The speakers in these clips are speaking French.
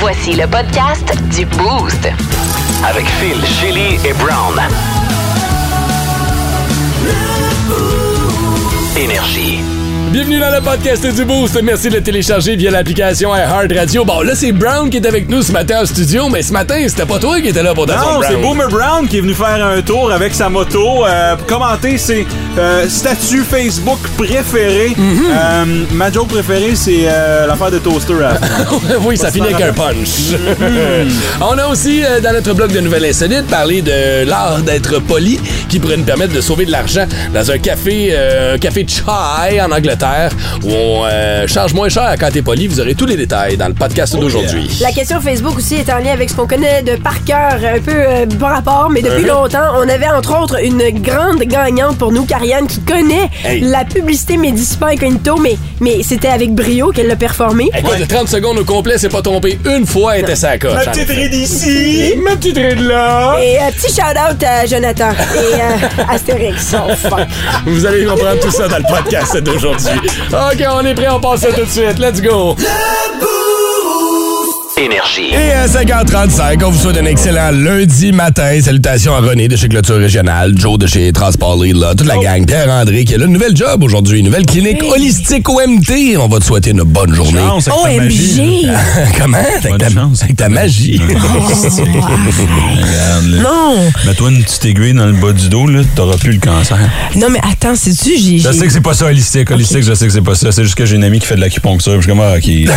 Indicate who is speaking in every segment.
Speaker 1: Voici le podcast du Boost.
Speaker 2: Avec Phil, Chili et Brown. Énergie.
Speaker 3: Bienvenue dans le podcast du Boost. Merci de le télécharger via l'application iHeart Radio. Bon, là, c'est Brown qui est avec nous ce matin en studio, mais ce matin, c'était pas toi qui étais là pour ta
Speaker 4: Non,
Speaker 3: Brown.
Speaker 4: c'est Boomer Brown qui est venu faire un tour avec sa moto, commenter ses statuts Facebook préférés. Ma joke préférée, c'est l'affaire de toaster.
Speaker 3: Oui, ça finit avec un punch. On a aussi, dans notre blog de Nouvelles Insolites, parlé de l'art d'être poli qui pourrait nous permettre de sauver de l'argent dans un café chai en Angleterre où on charge moins cher quand t'es poli. Vous aurez tous les détails dans le podcast d'aujourd'hui.
Speaker 5: La question Facebook aussi est en lien avec ce qu'on connaît de par cœur, un peu par rapport, mais depuis longtemps, on avait entre autres une grande gagnante pour nous, Karianne, qui connaît la publicité Médicipa Incognito, mais c'était avec brio qu'elle l'a performé.
Speaker 3: Écoute, de 30 secondes au complet, c'est pas trompé une fois, elle était sa coche.
Speaker 4: Ma petite ride ici,
Speaker 3: ma petite ride là.
Speaker 5: Et petit shout-out à Jonathan et Astérix. Oh, fuck.
Speaker 3: Vous allez comprendre tout ça dans le podcast d'aujourd'hui. OK, on est prêt, on passe ça tout de suite. Let's go!
Speaker 2: Énergie.
Speaker 3: Et à 5h35, on vous souhaite un excellent lundi matin. Salutations à René de chez Clôture Régionale, Joe de chez Transport Lead, toute la gang, Pierre-André qui a le nouvel job aujourd'hui, nouvelle clinique holistique OMT. On va te souhaiter une bonne journée.
Speaker 4: Chance avec ta magie.
Speaker 5: OMG!
Speaker 3: Comment? Avec ta magie.
Speaker 4: Regarde, là.
Speaker 5: Non!
Speaker 4: Mets-toi une petite aiguille dans le bas du dos, là, t'auras plus le cancer.
Speaker 5: Non, mais attends, sais-tu,
Speaker 4: Je sais que c'est pas ça, holistique. Holistique, je sais que c'est pas ça. C'est juste que j'ai une amie qui fait de l'acupuncture. Je suis comme,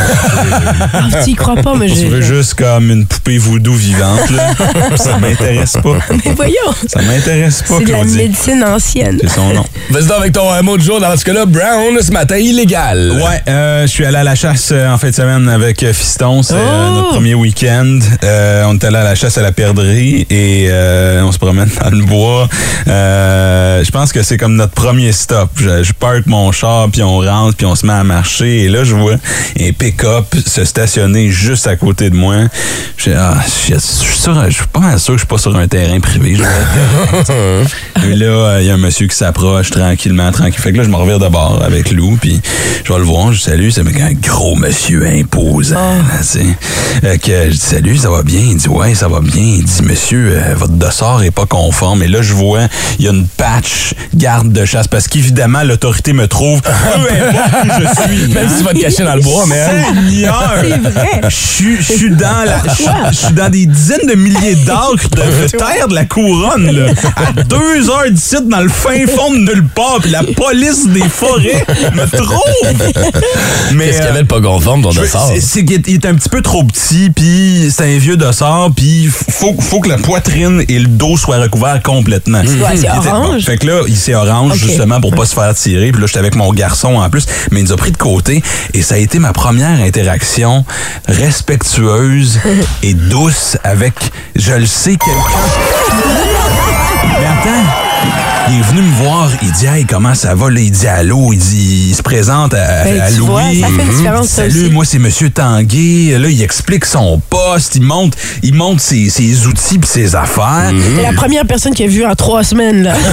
Speaker 5: tu y crois pas, mais
Speaker 4: tu veux juste comme une poupée voodoo vivante, là. Ça m'intéresse pas.
Speaker 5: Mais voyons!
Speaker 4: Ça m'intéresse pas,
Speaker 5: C'est de la
Speaker 4: Claudie.
Speaker 5: médecine ancienne.
Speaker 4: C'est son nom.
Speaker 3: Vas-y donc avec ton mot de jour. Dans ce cas-là, Brown, ce matin, illégal.
Speaker 4: Ouais, je suis allé à la chasse en fin de semaine avec Fiston. C'est notre premier week-end. On est allé à la chasse à la perdrix et on se promène dans le bois. Je pense que c'est comme notre premier stop. Je parque mon char, puis on rentre, puis on se met à marcher. Et là, je vois un pick-up se stationner juste à côté de moi. Je suis pas mal sûr que je suis pas sur un terrain privé. Et là, il y a un monsieur qui s'approche tranquillement. Fait que là, je me revire de bord avec Lou, puis je vais le voir, je salue. C'est un gros monsieur imposant. Que je dis salut, ça va bien? Il dit ouais, ça va bien. Il dit monsieur, votre dossard est pas conforme. Et là, je vois, il y a une patch garde de chasse parce qu'évidemment, l'autorité me trouve peu importe où je suis.
Speaker 3: Même si tu vas te cacher dans le bois, mais...
Speaker 5: C'est vrai!
Speaker 4: Je suis dans des dizaines de milliers d'acres de terre de la couronne, là, à 2 heures d'ici, dans le fin fond de nulle part, puis la police des forêts me trouve. Mais
Speaker 3: Qu'est-ce qu'il y avait de pas conforme, ton dossard?
Speaker 4: c'est qu'il est un petit peu trop petit, puis c'est un vieux dossard, puis faut que la poitrine et le dos soient recouverts complètement.
Speaker 5: Ouais, c'est orange.
Speaker 4: Fait que là, il s'est orange, justement, pour pas se faire tirer, puis là, j'étais avec mon garçon en plus, mais il nous a pris de côté, et ça a été ma première interaction respectueuse et douce avec, je le sais, quelqu'un. Mais attends, il est venu me voir, il dit « Hey, comment ça va? » Là, il dit « Allô? » Il se présente à
Speaker 5: Tu
Speaker 4: Louis.
Speaker 5: vois, ça fait une différence, ça
Speaker 4: Salut,
Speaker 5: aussi.
Speaker 4: moi, c'est Monsieur Tanguay. Là, il explique son poste, il monte ses outils pis ses affaires.
Speaker 5: T'es la première personne qui a vu en 3 semaines, là.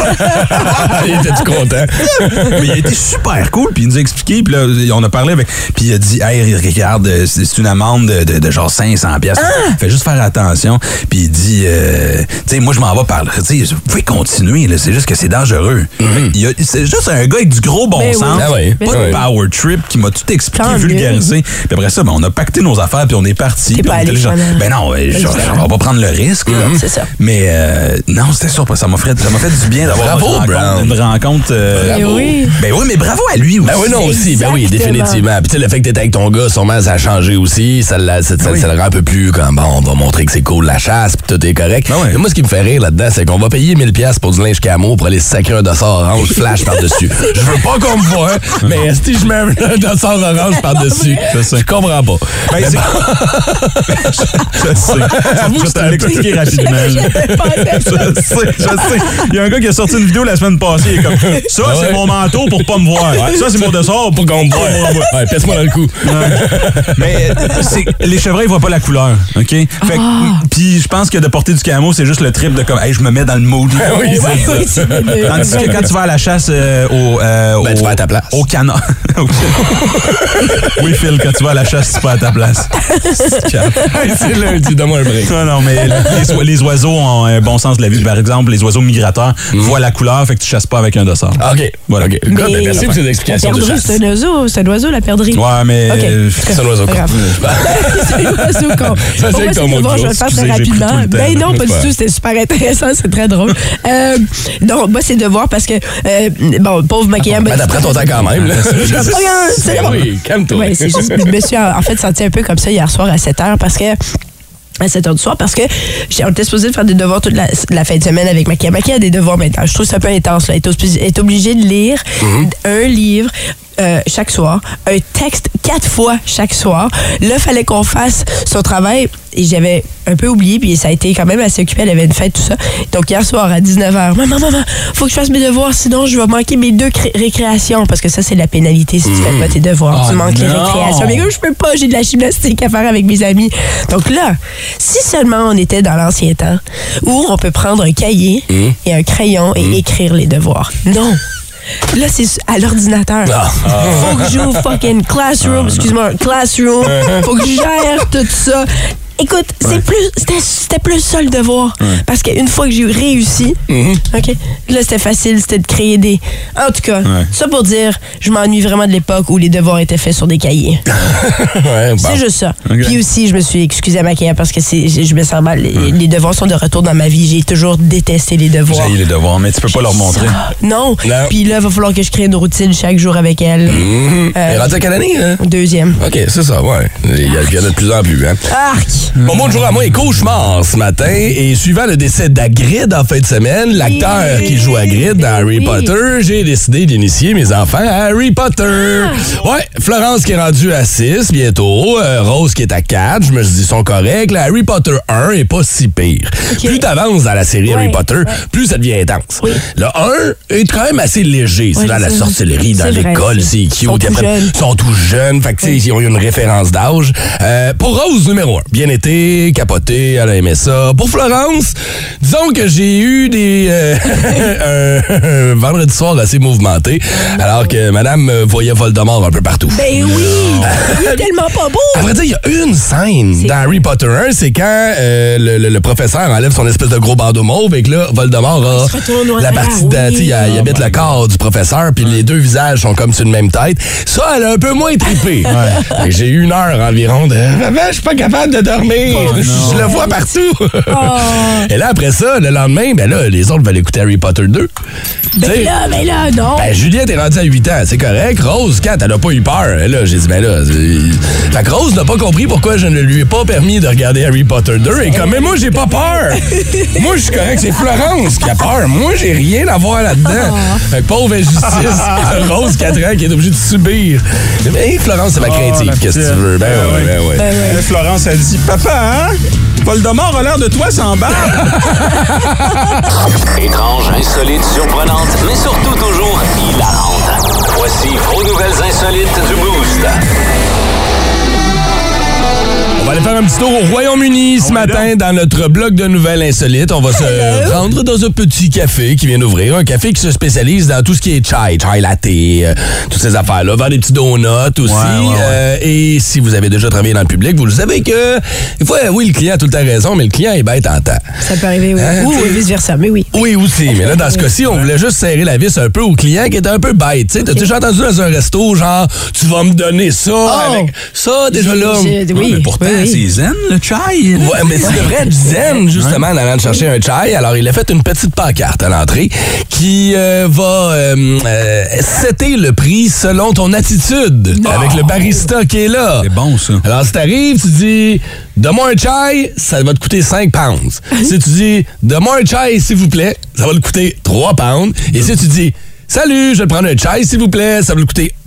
Speaker 3: Il était tout content.
Speaker 4: Mais il a été super cool, puis il nous a expliqué, puis là, on a parlé avec, puis il a dit, hey, regarde, c'est une amende de genre 500$. Fais juste faire attention. Puis il dit, tu sais, moi, je m'en vais par là. Tu sais, vous pouvez continuer, là, c'est juste que c'est dangereux. C'est juste un gars avec du gros bon sens.
Speaker 3: Ah oui.
Speaker 4: Pas de power trip qui m'a tout expliqué,
Speaker 5: Tant
Speaker 4: vulgarisé. Puis après ça, on a pacté nos affaires, puis on est parti.
Speaker 5: T'es
Speaker 4: Puis
Speaker 5: pas
Speaker 4: on était
Speaker 5: allé
Speaker 4: genre,
Speaker 5: finalement.
Speaker 4: ben non, on va pas prendre le risque. là.
Speaker 5: C'est ça.
Speaker 4: Mais non, c'était sûr, ça m'a fait du bien d'avoir
Speaker 3: Bravo, Brown.
Speaker 4: une rencontre.
Speaker 5: Bravo. Oui.
Speaker 4: Ben oui, mais bravo à lui aussi.
Speaker 3: Ben oui, non, aussi. Ben oui,
Speaker 5: Exactement.
Speaker 3: définitivement. Puis tu sais, le fait que t'étais avec ton gars, sûrement, ça a changé aussi. Ça le rend un peu plus comme, bon, on va montrer que c'est cool la chasse, puis tout est correct.
Speaker 4: Ben ouais.
Speaker 3: Mais moi, ce qui me fait rire là-dedans, c'est qu'on va payer 1000$ pour du linge camo pour aller se sacrer un dossard orange flash par-dessus. Je veux pas qu'on me voie, mais si je mets un dossard orange par-dessus, je comprends pas.
Speaker 4: Ben, je sais. Je vais te l'expliquer rapidement. Je sais. Il y a un gars qui a sorti une vidéo la semaine passée. Il est comme, ça, c'est mon manteau pour pas me voir. Ça, c'est mon dossard pour qu'on me voie.
Speaker 3: Ouais, pèse-moi dans le cou.
Speaker 4: Mais les chevreuils, ils voient pas la couleur. OK? Fait puis je pense que de porter du camo, c'est juste le trip de comme, hey, je me mets dans le mood.
Speaker 3: Oui, c'est ça.
Speaker 4: Tandis que quand tu vas à la chasse
Speaker 3: tu vas à ta place.
Speaker 4: au canard. Oui, Phil, quand tu vas à la chasse, tu vas à ta place.
Speaker 3: C'est lundi, donne-moi un break.
Speaker 4: Non, mais les oiseaux ont un bon sens de la vue. Par exemple, les oiseaux migrateurs voient la couleur, fait que tu chasses pas avec un dossard.
Speaker 3: OK.
Speaker 4: Voilà.
Speaker 3: OK. Merci pour ces explications de chasse.
Speaker 5: C'est un oiseau, la perdrix.
Speaker 4: Ouais, mais...
Speaker 3: C'est un oiseau con.
Speaker 5: C'est un oiseau con.
Speaker 3: Ça, c'est ton mot de
Speaker 5: je vais le faire très rapidement. Ben non, pas du tout. C'était super intéressant. C'est très drôle. Donc, moi, c'est de voir parce que, pauvre maquillant...
Speaker 3: T'apprends ton temps quand même. Là.
Speaker 5: C'est bon.
Speaker 3: Oui, calme-toi.
Speaker 5: Ouais, c'est juste, je me suis en fait senti un peu comme ça hier soir à 7h parce que à 7h du soir parce que on était supposé de faire des devoirs toute la fin de semaine avec Maquia. Maquia a des devoirs maintenant. Je trouve ça un peu intense. Là. Elle est obligée de lire un livre chaque soir, un texte 4 fois chaque soir. Là, il fallait qu'on fasse son travail et j'avais un peu oublié, puis ça a été quand même assez occupé. Elle avait une fête, tout ça. Donc, hier soir, à 19h, maman, faut que je fasse mes devoirs, sinon je vais manquer mes 2 récréations. Parce que ça, c'est la pénalité si tu fais pas tes devoirs. Tu manques les récréations. Mais je peux pas, j'ai de la gymnastique à faire avec mes amis. Donc là, si seulement on était dans l'ancien temps, où on peut prendre un cahier et un crayon et écrire les devoirs. Non! Là, c'est à l'ordinateur. Faut que j'ouvre fucking Classroom. Excuse-moi, Classroom. Faut que je gère tout ça. Écoute, c'était plus ça le devoir. Parce qu'une fois que j'ai réussi, OK, là, c'était facile, c'était de créer des... En tout cas, ça pour dire, je m'ennuie vraiment de l'époque où les devoirs étaient faits sur des cahiers. C'est juste ça. Okay. Puis aussi, je me suis excusée à Maquia parce que je me sens mal. Les devoirs sont de retour dans ma vie. J'ai toujours détesté les devoirs.
Speaker 4: J'ai les devoirs, mais tu peux pas leur montrer.
Speaker 5: Non. Puis là, il va falloir que je crée une routine chaque jour avec elle.
Speaker 3: Elle est rendue à quelle année? Hein?
Speaker 5: 2e.
Speaker 3: OK, c'est ça, ouais. Il y en a de plus en plus, hein?
Speaker 5: Arc!
Speaker 3: Mon mot de jour à moi est cauchemar ce matin et suivant le décès d'Hagrid en fin de semaine, l'acteur qui joue Hagrid dans Harry Potter, j'ai décidé d'initier mes enfants à Harry Potter. Ouais, Florence qui est rendue à 6 bientôt, Rose qui est à 4, je me suis dit, ils sont corrects. Le Harry Potter 1 est pas si pire. Plus t'avances dans la série Harry Potter, plus ça devient intense. Le 1 est quand même assez léger. C'est dans la sorcellerie, dans l'école, c'est cute. Ils sont tous jeunes, fait que ils ont eu une référence d'âge. Pour Rose, numéro 1, bien été, capoté, elle a aimé ça. Pour Florence, disons que j'ai eu un vendredi soir assez mouvementé, alors que madame voyait Voldemort un peu partout.
Speaker 5: Ben oui! Il est tellement pas beau!
Speaker 3: À vrai dire, il y a une scène dans Harry Potter 1, c'est quand le professeur enlève son espèce de gros bandeau mauve et que là, Voldemort a la partie il habite le corps du professeur, puis les 2 visages sont comme sur une même tête. Ça, elle a un peu moins trippé. J'ai eu 1 heure environ de « je suis pas capable de dormir! Je le vois partout! » Et là, après ça, le lendemain, ben là, les autres veulent écouter Harry Potter 2.
Speaker 5: Mais là, non!
Speaker 3: Ben, Juliette est rendue à 8 ans, c'est correct. Rose, 4, elle a pas eu peur. Et là, j'ai dit, ben là... Fait que Rose n'a pas compris pourquoi je ne lui ai pas permis de regarder Harry Potter 2. Et comme, mais moi, j'ai pas peur! Moi, je suis correct, c'est Florence qui a peur. Moi, j'ai rien à voir là-dedans. Fait que pauvre injustice. Rose, 4 ans, qui est obligée de subir. Mais Florence, c'est ma craintive, qu'est-ce que tu veux? Ben ouais.
Speaker 4: Florence, elle dit, papa, hein? Voldemort a l'air de toi sans barbe.
Speaker 2: Étrange, insolite, surprenante, mais surtout toujours hilarante. Voici vos nouvelles insolites du Boost.
Speaker 3: On va aller faire un petit tour au Royaume-Uni ce matin dans notre bloc de nouvelles insolites. On va se rendre dans un petit café qui vient d'ouvrir. Un café qui se spécialise dans tout ce qui est chai latte, toutes ces affaires-là. Vend des petits donuts aussi. Et si vous avez déjà travaillé dans le public, vous le savez que des fois, oui, le client a tout le temps raison, mais le client est bête en temps.
Speaker 5: Ça peut arriver, oui. Ou vice-versa, mais oui.
Speaker 3: Oui, aussi. Mais là, dans ce cas-ci, on voulait juste serrer la vis un peu au client qui était un peu bête. T'as déjà entendu dans un resto, genre, tu vas me donner ça avec ça, déjà là.
Speaker 4: Oui, mais pourtant, c'est zen, le chai.
Speaker 3: Ouais, mais ça devrait être zen, justement, en allant chercher un chai. Alors, il a fait une petite pancarte à l'entrée qui va setter le prix selon ton attitude avec le barista qui est là.
Speaker 4: C'est bon, ça.
Speaker 3: Alors, si t'arrives, tu dis, donne-moi un chai, ça va te coûter 5 pounds. Si tu dis, donne-moi un chai, s'il vous plaît, ça va te coûter 3 pounds. Et si tu dis, salut, je vais te prendre un chai, s'il vous plaît, ça va te coûter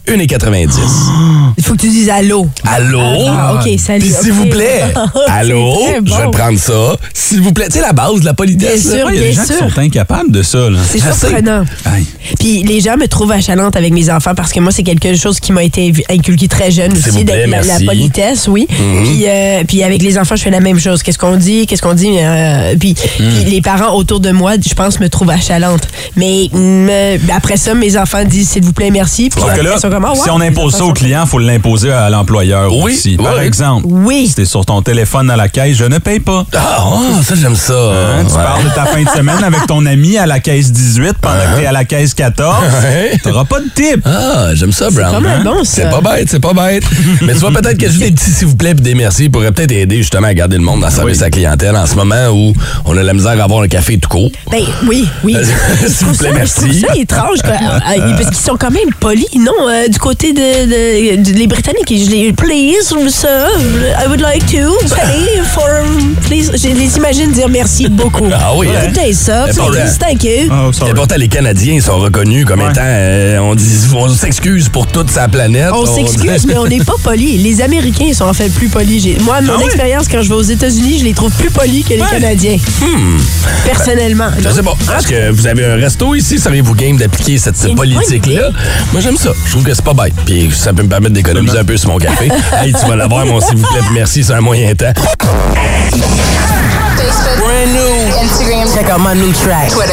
Speaker 3: 1,90.
Speaker 5: Il faut que tu dises allô.
Speaker 3: Allô?
Speaker 5: Ah, OK, salut.
Speaker 3: Puis s'il
Speaker 5: OK.
Speaker 3: vous plaît. Allô?
Speaker 5: C'est très bon.
Speaker 3: Je vais prendre ça. S'il vous plaît. Tu sais, la base de la politesse.
Speaker 5: Bien sûr,
Speaker 4: Il y a des
Speaker 5: bien
Speaker 4: gens qui
Speaker 5: sûr.
Speaker 4: sont incapables de ça. Là.
Speaker 5: C'est
Speaker 3: Je sais.
Speaker 5: surprenant.
Speaker 4: Aïe.
Speaker 5: Puis les gens me trouvent achalante avec mes enfants parce que moi, c'est quelque chose qui m'a été inculqué très jeune
Speaker 3: S'il
Speaker 5: aussi,
Speaker 3: vous plaît,
Speaker 5: la
Speaker 3: merci.
Speaker 5: politesse, oui. Puis avec les enfants, je fais la même chose. Qu'est-ce qu'on dit? Puis les parents autour de moi, je pense, me trouvent achalante. Mais après ça, mes enfants disent s'il vous plaît, merci. Puis
Speaker 4: Parce que
Speaker 5: après,
Speaker 4: là,
Speaker 5: ils sont comme, ah,
Speaker 4: si
Speaker 5: wow,
Speaker 4: on
Speaker 5: les
Speaker 4: impose
Speaker 5: enfants
Speaker 4: ça au
Speaker 5: sont-
Speaker 4: client, il faut l'imposer à l'employeur
Speaker 3: Oui,
Speaker 4: aussi. Par
Speaker 3: oui.
Speaker 4: exemple,
Speaker 5: Oui.
Speaker 4: si t'es sur ton téléphone à la caisse, je ne paye pas.
Speaker 3: Ça, j'aime ça.
Speaker 4: Hein, tu
Speaker 3: Ouais.
Speaker 4: parles de ta fin de semaine avec ton ami à la caisse 18 pendant que t'es à la caisse 14.
Speaker 3: Ouais.
Speaker 4: T'auras pas de tip.
Speaker 3: Ah, j'aime ça, Brown.
Speaker 5: quand même bon, ça.
Speaker 3: C'est pas bête, c'est pas bête. Mais tu vois, peut-être que juste des petits s'il vous plaît et des merci pourraient peut-être aider justement à garder le monde dans le service à la clientèle en ce moment où on a la misère à avoir un café tout court.
Speaker 5: Ben oui.
Speaker 3: S'il vous plaît,
Speaker 5: Je
Speaker 3: merci.
Speaker 5: trouve ça étrange parce qu'ils sont quand même polis, non? Du côté les Britanniques, je les please, sir, I would like to pay for please. Je les imagine dire merci beaucoup.
Speaker 3: Ah oui, hein?
Speaker 5: Good day, sir.
Speaker 3: C'est pas
Speaker 5: Please, thank you.
Speaker 4: Oh,
Speaker 3: Et
Speaker 4: sorry.
Speaker 3: pourtant, les Canadiens sont reconnus comme étant... on s'excuse pour toute sa planète.
Speaker 5: On s'excuse, mais on n'est pas polis. Les Américains sont en fait plus polis. Moi, mon expérience, quand je vais aux États-Unis, je les trouve plus polis que les Canadiens. Personnellement.
Speaker 3: Je sais pas. Est-ce que vous avez un resto ici? Seriez-vous game d'appliquer cette
Speaker 5: une bonne
Speaker 3: politique-là?
Speaker 5: idée.
Speaker 3: Moi, j'aime ça. Je trouve que c'est pas bête. Puis ça peut me permettre d'économiser un peu sur mon café. Hey, tu vas l'avoir, mon s'il vous plaît. Puis merci, c'est un moyen temps.
Speaker 1: Facebook,
Speaker 3: Brand new.
Speaker 1: Instagram,
Speaker 5: Check out my new track.
Speaker 1: Twitter.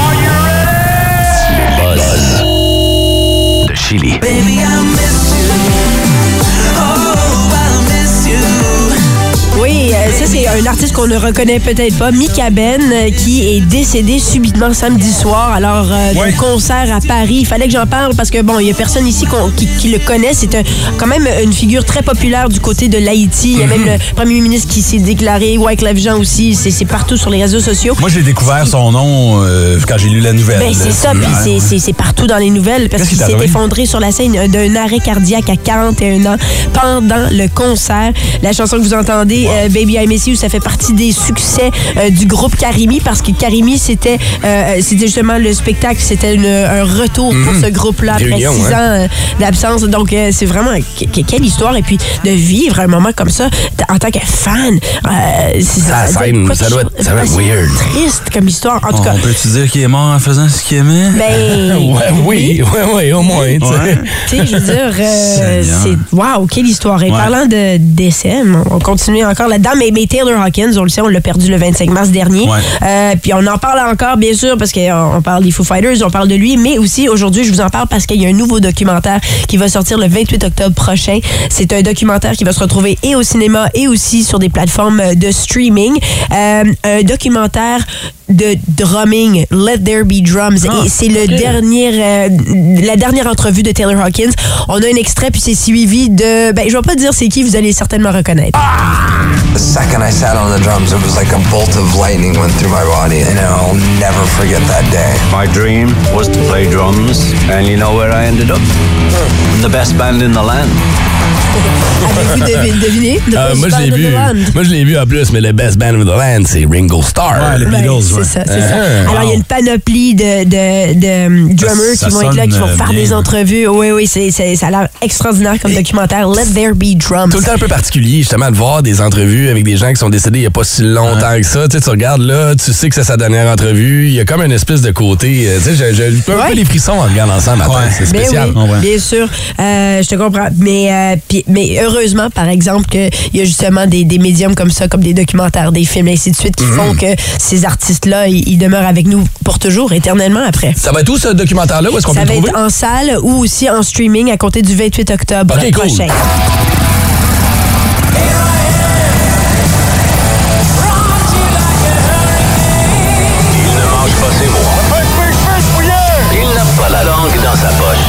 Speaker 2: Buzz de Chili.
Speaker 5: Oui, ça, c'est un artiste qu'on ne reconnaît peut-être pas, Mika Ben, qui est décédé subitement samedi soir. Alors, d'un concert à Paris. Il fallait que j'en parle parce que, bon, il y a personne ici qui le connaît. C'est quand même une figure très populaire du côté de l'Haïti. Il y a même le premier ministre qui s'est déclaré, Wyclef Jean aussi. C'est partout sur les réseaux sociaux.
Speaker 4: Moi, j'ai découvert son nom quand j'ai lu la nouvelle.
Speaker 5: Ben, c'est ça, puis c'est partout dans les nouvelles parce
Speaker 4: Qu'est-ce
Speaker 5: qu'il
Speaker 4: qui t'est
Speaker 5: s'est
Speaker 4: arrivé?
Speaker 5: effondré sur la scène d'un arrêt cardiaque à 41 ans pendant le concert. La chanson que vous entendez, Baby I Miss You, ça fait partie des succès du groupe Karimi parce que Karimi, c'était justement le spectacle, c'était un retour pour ce groupe-là après
Speaker 3: Réunion,
Speaker 5: 6 ans d'absence. Donc, c'est vraiment quelle histoire. Et puis, de vivre un moment comme ça en tant que fan,
Speaker 3: Ça doit être weird.
Speaker 5: triste comme histoire. En tout cas,
Speaker 4: On peut-tu dire qu'il est mort en faisant ce qu'il aimait?
Speaker 5: ben...
Speaker 3: Oui, au moins. tu sais.
Speaker 4: Ouais.
Speaker 5: Tu sais, je veux dire,
Speaker 4: Seigneur.
Speaker 5: c'est... Wow, quelle histoire. Et parlant de décès, on continue encore là-dedans, mais Taylor Hawkins, on le sait, on l'a perdu le 25 mars dernier.
Speaker 4: Ouais.
Speaker 5: Puis on en parle encore, bien sûr, parce qu'on parle des Foo Fighters, on parle de lui, mais aussi, aujourd'hui, je vous en parle parce qu'il y a un nouveau documentaire qui va sortir le 28 octobre prochain. C'est un documentaire qui va se retrouver et au cinéma et aussi sur des plateformes de streaming. Un documentaire de drumming, Let There Be Drums. Et c'est la dernière entrevue de Taylor Hawkins. On a un extrait, puis c'est suivi de... Ben, je vais pas dire c'est qui, vous allez certainement reconnaître.
Speaker 6: The second I sat on the drums, it was like a bolt of lightning went through my body, and I'll never forget that day.
Speaker 7: My dream was to play drums, and you know where I ended up? In the best band in the land.
Speaker 5: Avez-vous deviné?
Speaker 3: Moi, je l'ai vu en plus, mais le best band of the land, c'est Ringo Starr.
Speaker 4: Ouais, les Beatles,
Speaker 5: c'est ça, c'est ça.
Speaker 3: Ah,
Speaker 5: Alors, il y a une panoplie de drummers
Speaker 4: Ça
Speaker 5: qui vont être là, qui vont
Speaker 4: sonne
Speaker 5: faire
Speaker 4: bien.
Speaker 5: des entrevues. Oui, ça a l'air extraordinaire comme documentaire. Let There Be Drums.
Speaker 3: Tout le temps un peu particulier, justement, de voir des entrevues avec des gens qui sont décédés il n'y a pas si longtemps que ça. Tu sais, tu regardes là, tu sais que c'est sa dernière entrevue. Il y a comme une espèce de côté. Tu sais, j'ai un peu les frissons en regardant ça matin.
Speaker 4: Ouais.
Speaker 3: C'est
Speaker 5: Ben
Speaker 3: spécial.
Speaker 5: oui,
Speaker 4: Ouais.
Speaker 5: bien sûr. Je te comprends. Mais heureusement, par exemple, qu'il y a justement des médiums comme ça, comme des documentaires, des films, ainsi de suite, qui font que ces artistes-là, ils demeurent avec nous pour toujours, éternellement après.
Speaker 3: Ça va être où, ce documentaire-là? Où est-ce qu'on peut
Speaker 5: Ça
Speaker 3: le
Speaker 5: va
Speaker 3: trouver?
Speaker 5: être en salle ou aussi en streaming à compter du 28 octobre
Speaker 3: Ok, cool.
Speaker 5: prochain.
Speaker 2: Il ne mange pas ses mots. Il n'a pas la langue dans sa poche.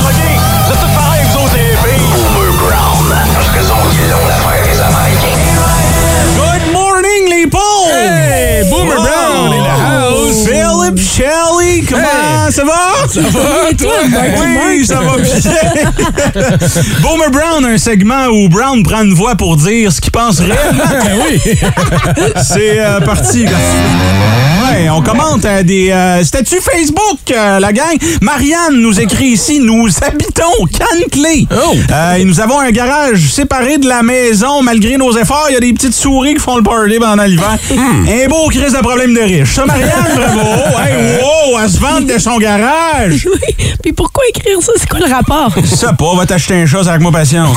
Speaker 2: Boomer Brown.
Speaker 6: Parce que ils l'ont l'affaire des Américains.
Speaker 4: Good morning, les pauvres!
Speaker 3: Hey, Boomer Brown in the house!
Speaker 4: Philip Shelley, comment ça va?
Speaker 3: Ça va, toi?
Speaker 4: Oui, ça va bien. Boomer Brown, un segment où Brown prend une voix pour dire ce qu'il pense réellement.
Speaker 3: Oui.
Speaker 4: C'est parti. Ouais, on commente des statuts Facebook, la gang. Marianne nous écrit ici, nous habitons Cantley.
Speaker 3: Oh.
Speaker 4: Et nous avons un garage séparé de la maison. Malgré nos efforts, il y a des petites souris qui font le party pendant l'hiver. Un beau crise de problème de riche. Ça, Marianne, bravo. Hey, wow, elle se vante de son garage.
Speaker 5: Oui. Puis pourquoi écrire ça? C'est quoi le rapport?
Speaker 4: Je sais pas, va t'acheter un chat avec moi patience.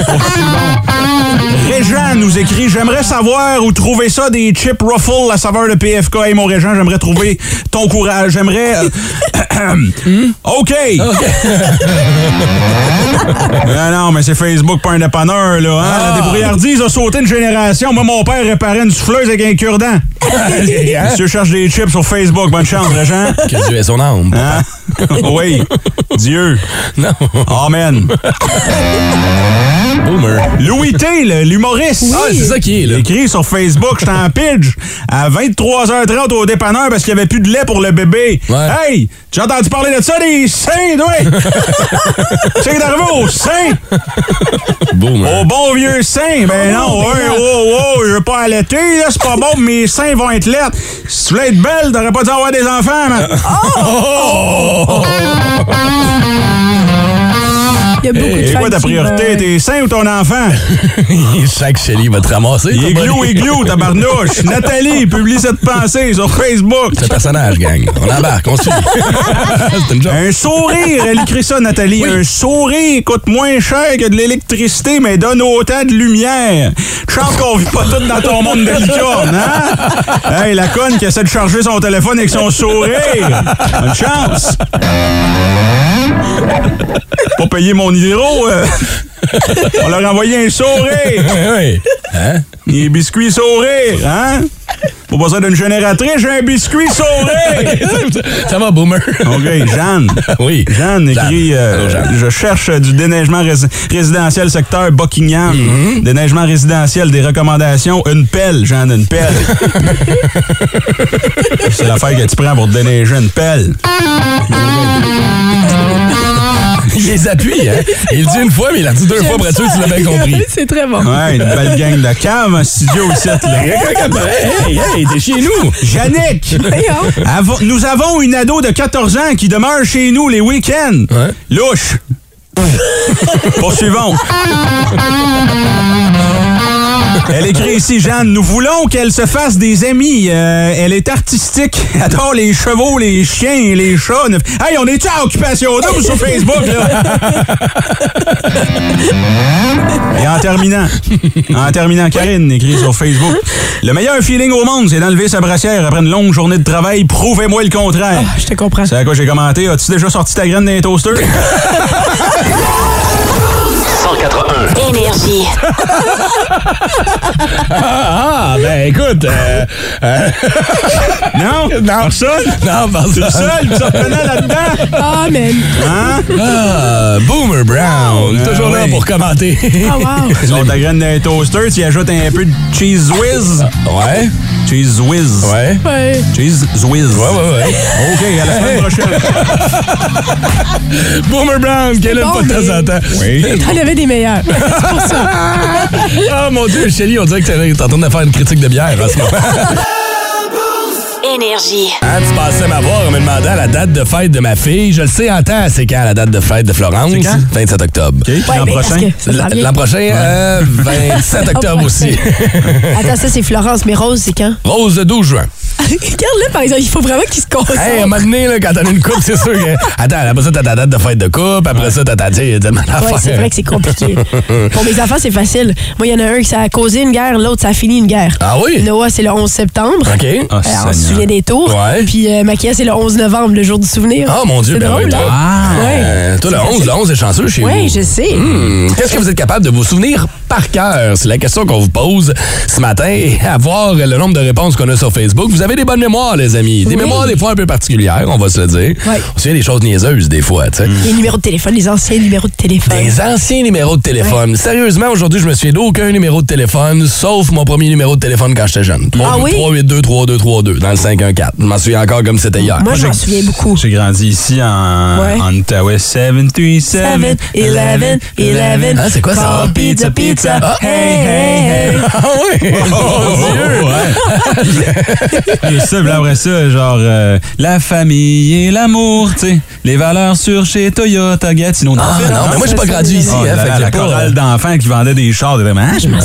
Speaker 4: Régent nous écrit, j'aimerais savoir où trouver ça, des chips Ruffles, la saveur de PFK. Hey, mon Régent, j'aimerais trouver ton courage. J'aimerais... OK. Non, mais c'est Facebook, pas un dépanneur, là. Hein? La débrouillardise a sauté une génération. Moi, mon père réparait une souffleuse avec un cure-dent. Monsieur cherche des chips sur Facebook. Bonne chance, Régent.
Speaker 3: Que Dieu ait son âme.
Speaker 4: Hein? Oui. Dieu.
Speaker 3: Non.
Speaker 4: Amen.
Speaker 3: Boomer.
Speaker 4: Louis T, l'humoriste.
Speaker 3: Ah, c'est ça qui est, là.
Speaker 4: Il écrit sur Facebook, j'étais en pidge à 23h30 au dépanneur parce qu'il n'y avait plus de lait pour le bébé.
Speaker 3: Ouais.
Speaker 4: Hey, j'ai entendu parler de ça, des seins, toi! C'est d'arriver au sein!
Speaker 3: Boomer.
Speaker 4: Au bon vieux sein! Ben non, je veux pas allaiter, là, c'est pas bon, mes seins vont être laides. Si tu voulais être belle, t'aurais pas dû avoir des enfants, man.
Speaker 5: Il y a beaucoup de
Speaker 4: Et
Speaker 5: femmes
Speaker 4: quoi ta
Speaker 5: qui
Speaker 4: priorité,
Speaker 5: meurent.
Speaker 4: tes seins ou ton enfant?
Speaker 3: Chaque Shelly va te ramasser.
Speaker 4: Igloo, tabarnouche! Nathalie publie cette pensée sur Facebook.
Speaker 3: C'est un personnage, gang. On embarque, on suit. C'est une joke.
Speaker 4: Un sourire, elle écrit ça, Nathalie. Un sourire coûte moins cher que de l'électricité, mais donne autant de lumière. Chance qu'on vit pas tout dans ton monde de licorne, hein? Hey, la conne qui essaie de charger son téléphone avec son sourire. Bonne chance. Pas payer mon hydro. On leur a envoyé un sourire.
Speaker 3: Oui. Hein?
Speaker 4: Des biscuits sourire, hein? Pas besoin d'une génératrice, j'ai un biscuit sourire.
Speaker 3: Ça va, Boomer?
Speaker 4: OK, Jeanne.
Speaker 3: Oui.
Speaker 4: Jeanne écrit
Speaker 3: Allô, Jeanne.
Speaker 4: je cherche du déneigement résidentiel secteur Buckingham. Déneigement résidentiel, des recommandations. Une pelle, Jeanne, une pelle. C'est l'affaire que tu prends pour te déneiger une pelle.
Speaker 3: Il les appuie, hein? Il le dit une fois, mais il l'a dit deux fois pour être sûr que tu l'as bien compris.
Speaker 5: C'est très bon.
Speaker 4: Ouais, une belle gang de caves en studio ici, là.
Speaker 3: Hey, t'es chez nous!
Speaker 4: Yannick! Nous avons une ado de 14 ans qui demeure chez nous les week-ends.
Speaker 3: Ouais.
Speaker 4: Louche! Poursuivons. Elle écrit ici, Jeanne, nous voulons qu'elle se fasse des amis. Elle est artistique. Elle adore les chevaux, les chiens et les chats. Hey, on est-tu à Occupation Double sur Facebook, là? Et en terminant, Karine écrit sur Facebook, le meilleur feeling au monde, c'est d'enlever sa brassière après une longue journée de travail. Prouvez-moi le contraire.
Speaker 5: Je te comprends.
Speaker 4: C'est à quoi j'ai commenté. As-tu déjà sorti ta graine d'un toaster?
Speaker 2: 181.
Speaker 1: Énergie.
Speaker 3: Ben écoute,
Speaker 4: Non? Personne?
Speaker 3: non,
Speaker 4: C'est le
Speaker 3: personne.
Speaker 4: seul qui se reconnaît là-dedans?
Speaker 5: Amen.
Speaker 4: Hein?
Speaker 3: Boomer Brown, toujours là
Speaker 4: oui.
Speaker 3: pour commenter.
Speaker 5: Oh, wow.
Speaker 4: Sur ta graine d'un toaster, tu y ajoutes un peu de cheese whiz.
Speaker 3: Ouais,
Speaker 4: Cheese whiz.
Speaker 3: ouais.
Speaker 5: Ouais.
Speaker 4: Cheese whiz.
Speaker 3: Ouais.
Speaker 4: OK, à la semaine prochaine.
Speaker 3: Boomer Brown, qu'elle aime
Speaker 5: bon,
Speaker 3: pas de temps en temps.
Speaker 4: Oui.
Speaker 5: T'en avais des meilleurs. C'est pour ça.
Speaker 3: Oh mon Dieu, Shelly, on dirait que t'es en train de faire une critique de bière en ce moment.
Speaker 1: Énergie.
Speaker 3: Hein, tu passais m'avoir en me demandant la date de fête de ma fille. Je le sais en temps, c'est quand la date de fête de Florence?
Speaker 4: C'est quand?
Speaker 3: 27 octobre.
Speaker 4: OK, puis l'an
Speaker 5: mais parce
Speaker 4: prochain?
Speaker 5: que ça s'en vient.
Speaker 3: L'an prochain, 27 octobre aussi.
Speaker 5: Attends, ça, c'est Florence, mais Rose, c'est quand?
Speaker 3: Rose, le 12 juin.
Speaker 5: Regarde-le, par exemple, il faut vraiment qu'il se concentre.
Speaker 3: Hey, à un moment donné, là, quand t'en as une coupe, c'est sûr que... Attends, après ça, t'as ta date de fête de coupe. Après ça, t'as ta... Tu sais, il y a tellement d'affaires.
Speaker 5: Ouais, c'est vrai que c'est compliqué. Pour mes enfants, c'est facile. Moi, il y en a un qui ça a causé une guerre, l'autre, ça a fini une guerre.
Speaker 3: Ah oui?
Speaker 5: Noah, c'est le 11 septembre.
Speaker 3: OK.
Speaker 4: Ah,
Speaker 5: On se souvient des tours.
Speaker 3: Ouais.
Speaker 5: Puis Maquia, c'est le 11 novembre, le jour du souvenir.
Speaker 3: Ah, mon Dieu,
Speaker 5: c'est
Speaker 3: ben
Speaker 5: drôle,
Speaker 3: oui,
Speaker 5: hein?
Speaker 3: toi.
Speaker 5: Ouais.
Speaker 3: Toi, le 11 est chanceux chez vous.
Speaker 5: Oui, je sais.
Speaker 3: Qu'est-ce que vous êtes capable de vous souvenir par cœur? C'est la question qu'on vous pose ce matin. Et à voir le nombre de réponses qu'on a sur Facebook, vous avez avez des bonnes mémoires, les amis. Des mémoires des fois un peu particulières, on va se le dire.
Speaker 5: Ouais.
Speaker 3: On se souvient des choses niaiseuses des fois, tu sais.
Speaker 5: Les numéros de téléphone, les anciens numéros de téléphone.
Speaker 3: Des anciens numéros de téléphone. Sérieusement, aujourd'hui, je me souviens d'aucun numéro de téléphone, sauf mon premier numéro de téléphone quand j'étais jeune. 382-3232 dans le 514. Je m'en souviens encore comme c'était hier.
Speaker 5: Moi, je m'en souviens beaucoup.
Speaker 4: J'ai grandi ici en Outaouais 737 11 11.
Speaker 3: Ah, c'est quoi ça?
Speaker 4: Call pizza, pizza.
Speaker 3: Ah.
Speaker 4: Hey, hey, hey.
Speaker 3: Ah oui! Oh, mon Dieu!
Speaker 4: Et ça, puis après ça, genre, la famille et l'amour, tu sais, les valeurs sûres chez Toyota Gatineau.
Speaker 3: Non, mais moi, je suis pas grandi ici.
Speaker 4: Oh,
Speaker 3: Fait que
Speaker 4: la
Speaker 3: j'ai pas-
Speaker 4: chorale d'enfants qui vendait des chars, vraiment. Je me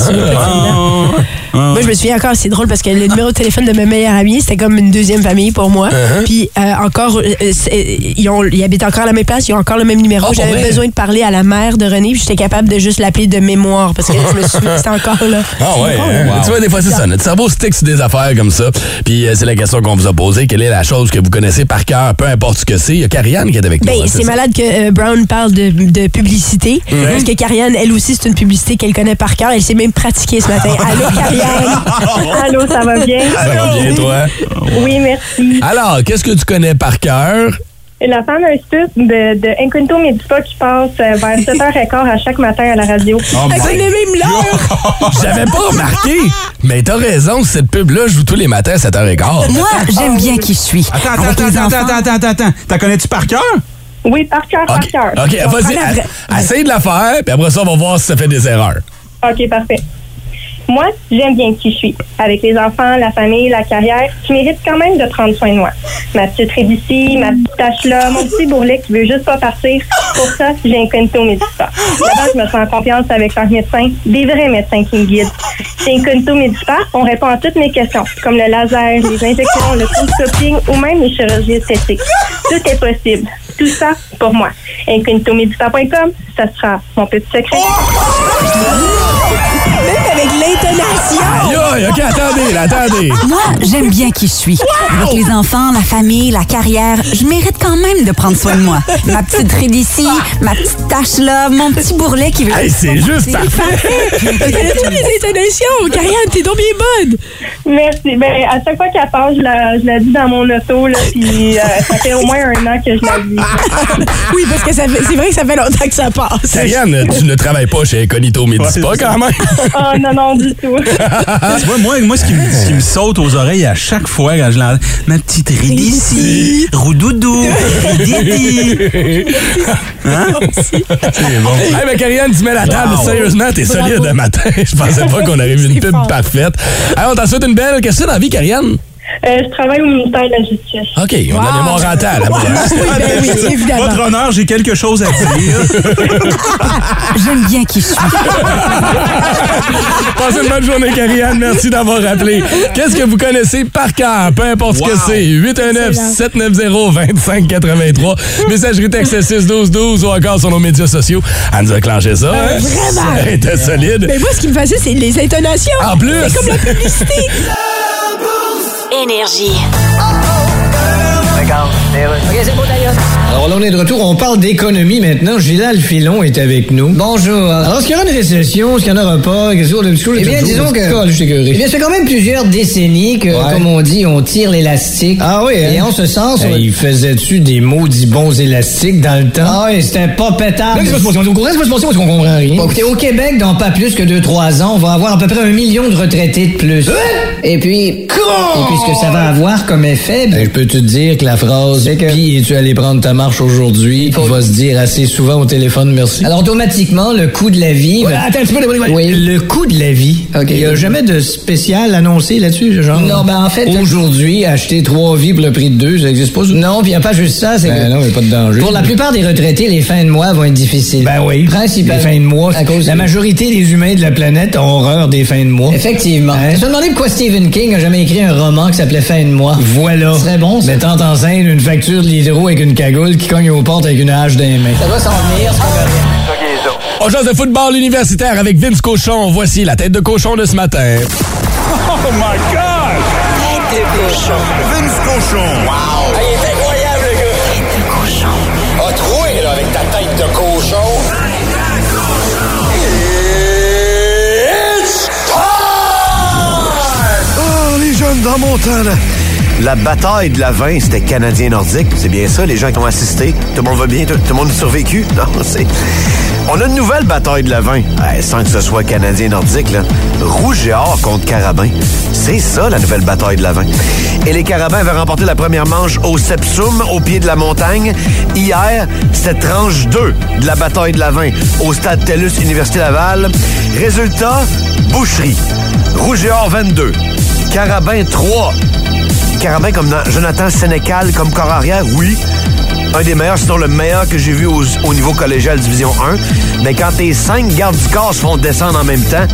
Speaker 5: Moi, je me souviens encore, c'est drôle parce que le numéro de téléphone de ma meilleure amie, c'était comme une deuxième famille pour moi. Puis encore, ils habitent encore à la même place, ils ont encore le même numéro.
Speaker 3: Oh,
Speaker 5: J'avais besoin de parler à la mère de René, puis j'étais capable de juste l'appeler de mémoire parce que je me souviens, c'était encore là.
Speaker 3: Ah ouais, hein? Tu vois, des fois, c'est ça. Notre cerveau stick sur des affaires comme ça. Puis c'est la question qu'on vous a posée. Quelle est la chose que vous connaissez par cœur, peu importe ce que c'est? Il y a Karianne qui est avec nous.
Speaker 5: Ben,
Speaker 3: hein,
Speaker 5: c'est
Speaker 3: ça?
Speaker 5: malade que Brown parle de publicité. Parce que Karianne, elle aussi, c'est une publicité qu'elle connaît par cœur. Elle s'est même pratiquée ce matin. Allô, Karianne?
Speaker 8: Allô, ça va bien?
Speaker 3: Ça va bien, toi?
Speaker 8: Oui, merci.
Speaker 3: Alors, qu'est-ce que tu connais par cœur?
Speaker 8: La fameuse pub de Incognito Medipa qui passe vers 7h15 à chaque matin à la radio.
Speaker 5: Elle connaît même l'heure.
Speaker 3: J'avais pas remarqué. Mais t'as raison, cette pub-là joue tous les matins à 7h15.
Speaker 9: Moi, j'aime bien qui je suis.
Speaker 4: Attends. T'en connais-tu par cœur?
Speaker 8: Oui, par cœur, par cœur.
Speaker 3: OK, vas-y. Essaye de la faire, puis après ça, on va voir si ça fait des erreurs.
Speaker 8: OK, parfait. Moi, j'aime bien qui je suis. Avec les enfants, la famille, la carrière, je mérite quand même de prendre soin de moi. Ma petite Rédicie, ma petite tâche là, mon petit bourrelet qui veut juste pas partir. Pour ça, j'ai Incognito Medipa. Là-bas, je me sens en confiance avec leurs médecins, des vrais médecins qui me guident. Chez Incognito Medipa, on répond à toutes mes questions, comme le laser, les injections, le cold-stopping ou même les chirurgies esthétiques. Tout est possible. Tout ça pour moi. IncognitoMedipa.com, ça sera mon petit secret.
Speaker 5: Même avec l'intonation.
Speaker 3: Aïe, OK, attendez.
Speaker 9: Moi, j'aime bien qui je suis. Avec les enfants, la famille, la carrière, je mérite quand même de prendre soin de moi. Ma petite Rédicie, ma petite tache là, mon petit bourrelet qui veut...
Speaker 3: Hey, c'est juste parfait.
Speaker 5: Parce qu'elle a toutes les intonations. Karianne, t'es donc bien bonne.
Speaker 8: Merci. Ben, à chaque fois qu'elle passe, je la dis dans mon auto, là, puis ça fait au moins 1 an que je la dis.
Speaker 5: Oui, parce que c'est vrai que ça fait longtemps que ça passe.
Speaker 3: Karianne, tu ne travailles pas chez Incognito Medipa quand même.
Speaker 8: Oh non, du tout.
Speaker 4: Tu vois, moi ce qui me saute aux oreilles à chaque fois quand je l'entends, ma petite Rédicie, Roudoudou, Rididi. Hein? C'est bon.
Speaker 3: Hey, mais Karianne, tu mets la table.
Speaker 4: Wow.
Speaker 3: Sérieusement, t'es solide le matin. Je pensais pas qu'on arrive une pub parfaite. Hey, on t'en souhaite une belle. Qu'est-ce que tu as dans la vie, Karianne?
Speaker 8: Je travaille au ministère de la Justice.
Speaker 3: OK, on a la mémoire en temps, là.
Speaker 5: Oui, évidemment.
Speaker 4: Votre honneur, j'ai quelque chose à dire.
Speaker 9: J'aime bien qui je suis.
Speaker 3: Passez une bonne journée, Karianne. Merci d'avoir appelé. Qu'est-ce que vous connaissez par cœur? Peu importe ce que c'est. 819-790-2583. Messagerie texte 61212 ou encore sur nos médias sociaux. Elle nous a clenché ça. Hein?
Speaker 5: Vraiment.
Speaker 3: Elle était solide.
Speaker 5: Mais moi, ce qui me fascine, c'est les intonations.
Speaker 3: En plus.
Speaker 5: C'est comme la publicité.
Speaker 1: Énergie.
Speaker 10: Alors là, on est de retour. On parle d'économie maintenant. Gilal Filon est avec nous. Bonjour. Alors, est-ce qu'il y aura une récession? Est-ce qu'il n'y en aura pas? Eh bien, disons que... Eh bien, c'est quand même plusieurs décennies que, comme on dit, on tire l'élastique. Ah oui, hein? Et en ce sens... il faisait-tu des maudits bons élastiques dans le temps? Ah oui, c'était pas pétable. C'est pas ce qu'on comprend rien. Bon, écoutez, au Québec, dans pas plus que 2-3 ans, on va avoir à peu près 1 million de retraités de plus. Et puis... ce que ça va avoir comme effet... je peux te dire que la phrase « Puis, es-tu allé prendre ta marche aujourd'hui? » va se dire assez souvent au téléphone, merci. Alors, automatiquement, le coût de la vie... Attends un petit peu. Oui, le coût de la vie. Il n'y a jamais de spécial annoncé là-dessus, genre? Non, ben en fait... Aujourd'hui, acheter 3 vies pour le prix de 2, ça n'existe pas. Non, puis il n'y a pas juste ça, c'est que... non, il n'y a pas de danger. Pour la plupart des retraités, les fins de mois vont être difficiles. Ben oui. Principalement. Les fins de mois, à cause la majorité des humains de la planète ont horreur des fins de mois. Effectivement. Je me demandais pourquoi Stephen King a jamais écrit un roman qui s'appelait Fin de mois. Voilà. Très bon, ça. Mettant en scène une facture de l'hydro avec une cagoule qui cogne aux portes avec une hache dans les mains. Ça doit s'en venir, ce qu'on veut rien.
Speaker 3: On jase de football universitaire avec Vince Cochon. Voici la tête de cochon de ce matin.
Speaker 11: Oh my God! Tête de cochon. Vince Cochon. Wow!
Speaker 2: Il est incroyable, le gars!
Speaker 11: Tête de cochon.
Speaker 2: A troué, là, avec ta tête de cochon.
Speaker 11: It's time! Oh, les jeunes dans mon temps, là.
Speaker 12: La bataille de la 20, c'était canadien-nordique. C'est bien ça, les gens qui ont assisté. Tout le monde va bien? Tout le monde a survécu? Non, c'est... On a une nouvelle bataille de la 20. Sans que ce soit canadien-nordique, là. Rouge et or contre Carabin. C'est ça, la nouvelle bataille de la 20. Et les Carabins avaient remporté la première manche au Sepsum, au pied de la montagne. Hier, c'était tranche 2 de la bataille de la 20 au stade TELUS Université Laval. Résultat, boucherie. Rouge et or 22. Carabin 3. Carabin comme dans Jonathan Sénécal comme corps arrière, oui. Un des meilleurs, sinon le meilleur que j'ai vu au niveau collégial Division 1. Mais quand tes 5 gardes du corps se font descendre en même temps,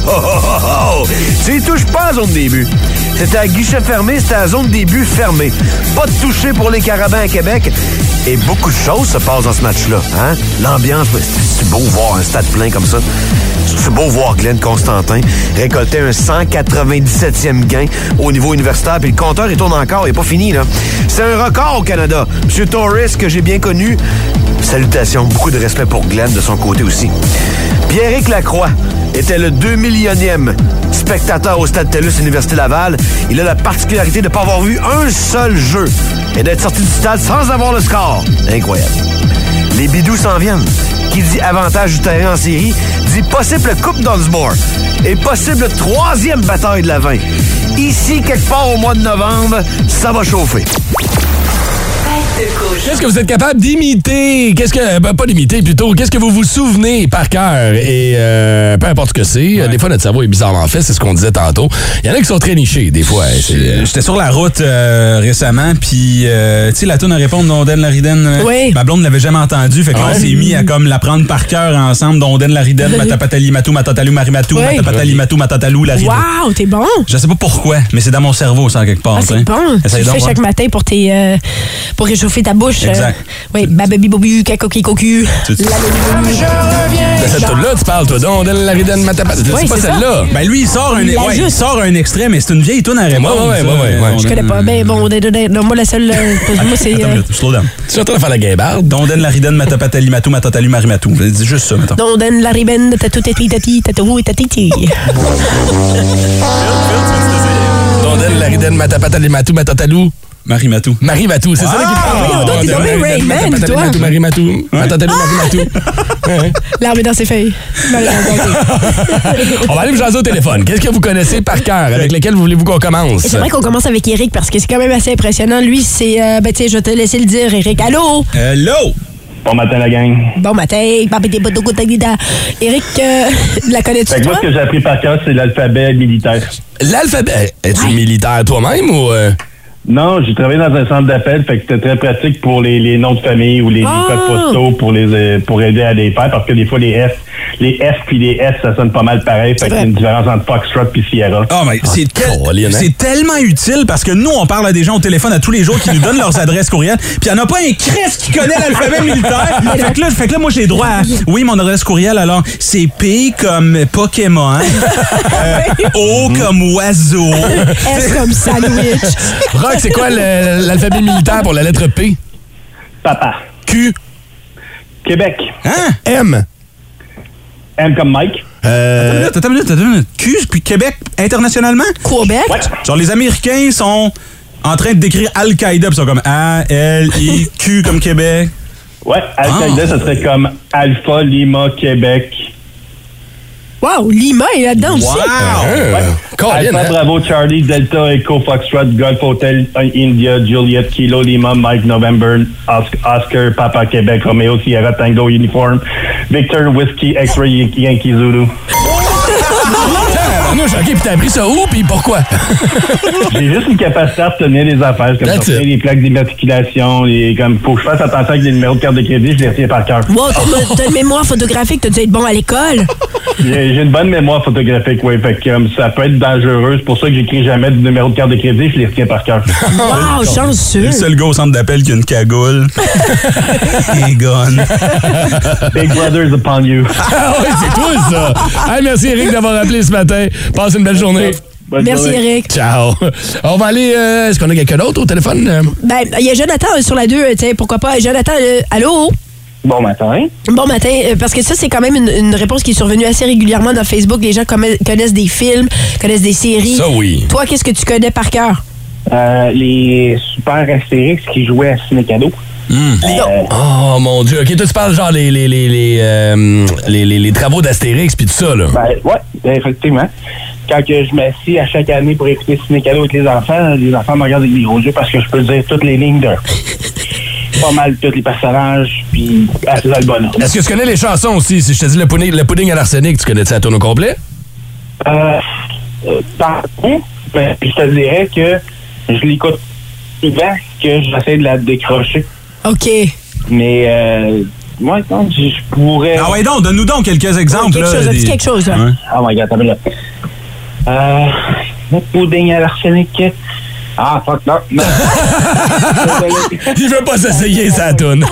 Speaker 12: tu y touches pas à la zone début. C'était à guichet fermé, c'était à la zone début fermée. Pas de toucher pour les Carabins à Québec. Et beaucoup de choses se passent dans ce match-là. Hein? L'ambiance, c'est beau voir un stade plein comme ça. C'est beau voir Glenn Constantin récolter un 197e gain au niveau universitaire. Puis le compteur, il tourne encore, il n'est pas fini, là. C'est un record au Canada. M. Torres, que j'ai bien connu, salutations, beaucoup de respect pour Glenn de son côté aussi. Pierrick Lacroix était le 2 millionième spectateur au stade TELUS Université Laval. Il a la particularité de ne pas avoir vu un seul jeu et d'être sorti du stade sans avoir le score. Incroyable. Les bidous s'en viennent. Qui dit avantage du terrain en série, dit possible Coupe Dunsmore et possible 3e bataille de la 20. Ici, quelque part au mois de novembre, ça va chauffer.
Speaker 3: Qu'est-ce que vous êtes capable d'imiter? Pas d'imiter, plutôt. Qu'est-ce que vous vous souvenez par cœur? Et peu importe ce que c'est, des fois, notre cerveau est bizarrement fait, c'est ce qu'on disait tantôt. Il y en a qui sont très nichés, des fois.
Speaker 4: J'étais sur la route récemment, puis, tu sais, la toune à répondre d'Onden Lariden,
Speaker 5: oui.
Speaker 4: Ma blonde ne l'avait jamais entendue, fait qu'on s'est mis à comme l'apprendre par cœur ensemble, d'Onden Lariden, Matapatali Matou, Matatalou, Marimatou, Matapatali Matou, Matatalou, Lariden.
Speaker 5: Wow, t'es bon!
Speaker 4: Je sais pas pourquoi, mais c'est dans mon cerveau, ça, en quelque part.
Speaker 5: C'est bon. Tu le fais chaque matin pour pour réchauffer ta bouche.
Speaker 4: Exact.
Speaker 5: Oui, bababi bobu, cacoqui cocu.
Speaker 3: Je reviens. De cette toune-là, tu parles, toi, d'Onden Lariden, Matapatali. C'est pas celle-là.
Speaker 4: Ben lui, il sort un extrait, mais c'est une vieille toune à répondre.
Speaker 3: Ouais.
Speaker 5: Je connais pas. Ben bon, non, moi, la seule. Moi, c'est.
Speaker 4: Slow down.
Speaker 3: Tu es en train de faire la guimbarde?
Speaker 4: D'Onden Lariden, Matapatali Matou, Matatalu, Marimatou. Dis juste ça, mettons.
Speaker 5: D'Onden Lariden, tatou, tati, tati, tatou, et tatiti.
Speaker 3: D'Onden Lariden, Matapatali Matou, Matatalou.
Speaker 4: Marimatou,
Speaker 3: c'est ça qui parle.
Speaker 5: T'es tombé Rayman, toi.
Speaker 3: Marimatou. Matatalou, Marimatou.
Speaker 5: L'arbre est dans ses feuilles.
Speaker 3: On va aller vous jaser au téléphone. Qu'est-ce que vous connaissez par cœur? Avec lesquels voulez-vous qu'on commence?
Speaker 5: C'est vrai qu'on commence avec Eric parce que c'est quand même assez impressionnant. Lui, c'est... ben, tu sais, je vais te laisser le dire, Eric. Allô?
Speaker 4: Hello!
Speaker 13: Bon matin, la gang.
Speaker 5: Bon matin. Eric, la connais-tu,
Speaker 13: toi? Moi, ce que j'ai appris par cœur, c'est l'alphabet militaire.
Speaker 3: L'alphabet? Es-tu militaire toi-même ou...
Speaker 13: Non, j'ai travaillé dans un centre d'appel, fait que c'était très pratique pour les noms de famille ou les codes postaux pour aider à les faire, parce que des fois les F puis les S, ça sonne pas mal pareil, fait qu'il y a une différence entre Foxtrot puis Sierra.
Speaker 4: Oh, mais c'est tellement utile parce que nous, on parle à des gens au téléphone à tous les jours qui nous donnent leurs adresses courriel, puis il n'y en a pas un Christ qui connaît l'alphabet militaire. Fait que là, moi, j'ai droit à, oui, mon adresse courriel, alors, c'est P comme Pokémon, O comme oiseau,
Speaker 5: S comme sandwich.
Speaker 3: Rock, c'est quoi l'alphabet militaire pour la lettre P?
Speaker 13: Papa.
Speaker 3: Q.
Speaker 13: Québec.
Speaker 3: Hein? M.
Speaker 13: M comme Mike.
Speaker 4: Attends une minute. Q, puis Québec, internationalement?
Speaker 5: Québec?
Speaker 13: Ouais.
Speaker 4: Genre, les Américains sont en train de décrire Al-Qaïda, puis ils sont comme A-L-I-Q comme Québec.
Speaker 13: Ouais, Al-Qaïda, ça serait comme Alpha Lima Québec.
Speaker 5: Wow, Lima est là-dedans aussi.
Speaker 13: Alpha Bravo Charlie Delta Echo Foxtrot Golf Hotel India Juliet Kilo Lima Mike November Oscar Papa Québec Romeo Sierra Tango Uniform Victor Whiskey X-Ray Yankee Zulu.
Speaker 3: Non, OK, puis t'as appris ça où, puis pourquoi?
Speaker 13: J'ai juste une capacité à retenir les affaires, comme sortir les plaques d'immatriculation, comme faut que je fasse attention avec les numéros de carte de crédit, je les retiens par cœur.
Speaker 5: Wow, t'as une mémoire photographique, t'as dû être bon à l'école.
Speaker 13: J'ai une bonne mémoire photographique, oui, fait que ça peut être dangereux, c'est pour ça que j'écris jamais de numéro de carte de crédit, je les retiens par cœur.
Speaker 5: Wow, chanceux!
Speaker 4: Le seul gars au centre d'appel qui a une cagoule. Et gone.
Speaker 13: Big Brother is upon you.
Speaker 3: Ah oui, c'est toi, ça! Hey, merci, Eric, d'avoir appelé ce matin. Passe une belle journée.
Speaker 5: Merci, Eric.
Speaker 3: Ciao. On va aller... est-ce qu'on a quelqu'un d'autre au téléphone?
Speaker 5: Ben, il y a Jonathan sur la 2, tu sais, pourquoi pas. Jonathan, allô?
Speaker 13: Bon matin.
Speaker 5: Bon matin, parce que ça, c'est quand même une réponse qui est survenue assez régulièrement dans Facebook. Les gens connaissent des films, connaissent des séries.
Speaker 3: Ça, oui.
Speaker 5: Toi, qu'est-ce que tu connais par cœur?
Speaker 14: les super Astérix qui jouaient à Ciné Cadeau.
Speaker 3: Oh mon Dieu, ok, toi tu parles genre les travaux d'Astérix puis tout ça, là.
Speaker 14: Ouais, effectivement. Quand que je m'assis à chaque année pour écouter Ciné Cadeau avec les enfants me regardent avec des gros yeux parce que je peux dire toutes les lignes d'un. Pas mal tous les personnages, puis assez dans le bonheur.
Speaker 3: Est-ce que tu connais les chansons aussi? Si je te dis le pudding à l'arsenic, tu connais-tu la tourne au complet?
Speaker 14: Partout, mais je te dirais que je l'écoute souvent, que j'essaie de la décrocher.
Speaker 5: OK.
Speaker 14: Mais, moi, non, je pourrais...
Speaker 4: Ah ouais, donc, donne-nous donc quelques exemples.
Speaker 5: Quelque chose, dis quelque chose, là.
Speaker 4: Ouais.
Speaker 14: Oh my God, t'as vu là. Le pudding à l'arsenic... Ah, fuck, non.
Speaker 3: Il veut pas s'essayer, ça tourne.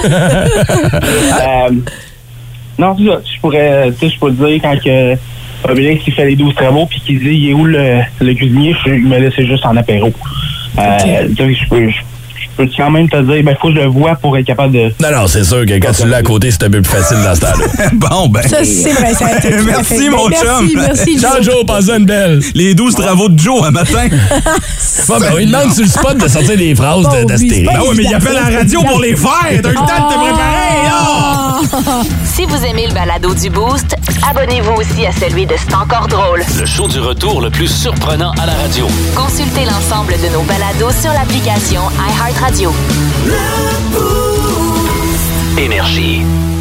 Speaker 14: Non, c'est ça. Je pourrais dire quand que Obélix il fait les 12 travaux puis qu'il dit il est où le cuisinier, je me laisse juste en apéro. Je peux quand même te dire, ben, faut que je le vois pour être capable de...
Speaker 3: Non, c'est sûr que quand tu l'as à côté, c'est un peu plus facile dans ce temps-là.
Speaker 4: Bon, ben...
Speaker 5: Ça, c'est vrai, ça a été
Speaker 4: Merci, mon chum.
Speaker 5: Merci,
Speaker 3: Ciao, Joe, passe une belle.
Speaker 4: Les 12 travaux de Joe un matin.
Speaker 3: Bon, ben, il demande sur le spot de sortir des phrases d'Astérix.
Speaker 4: Ben oui, mais il appelle à la radio pour les faire. T'as eu le temps de te préparer, là.
Speaker 1: Si vous aimez le balado du Boost, abonnez-vous aussi à celui de C'est encore drôle.
Speaker 2: Le show du retour le plus surprenant à la radio.
Speaker 1: Consultez l'ensemble de nos balados sur l'application iHeartRadio.
Speaker 2: Énergie.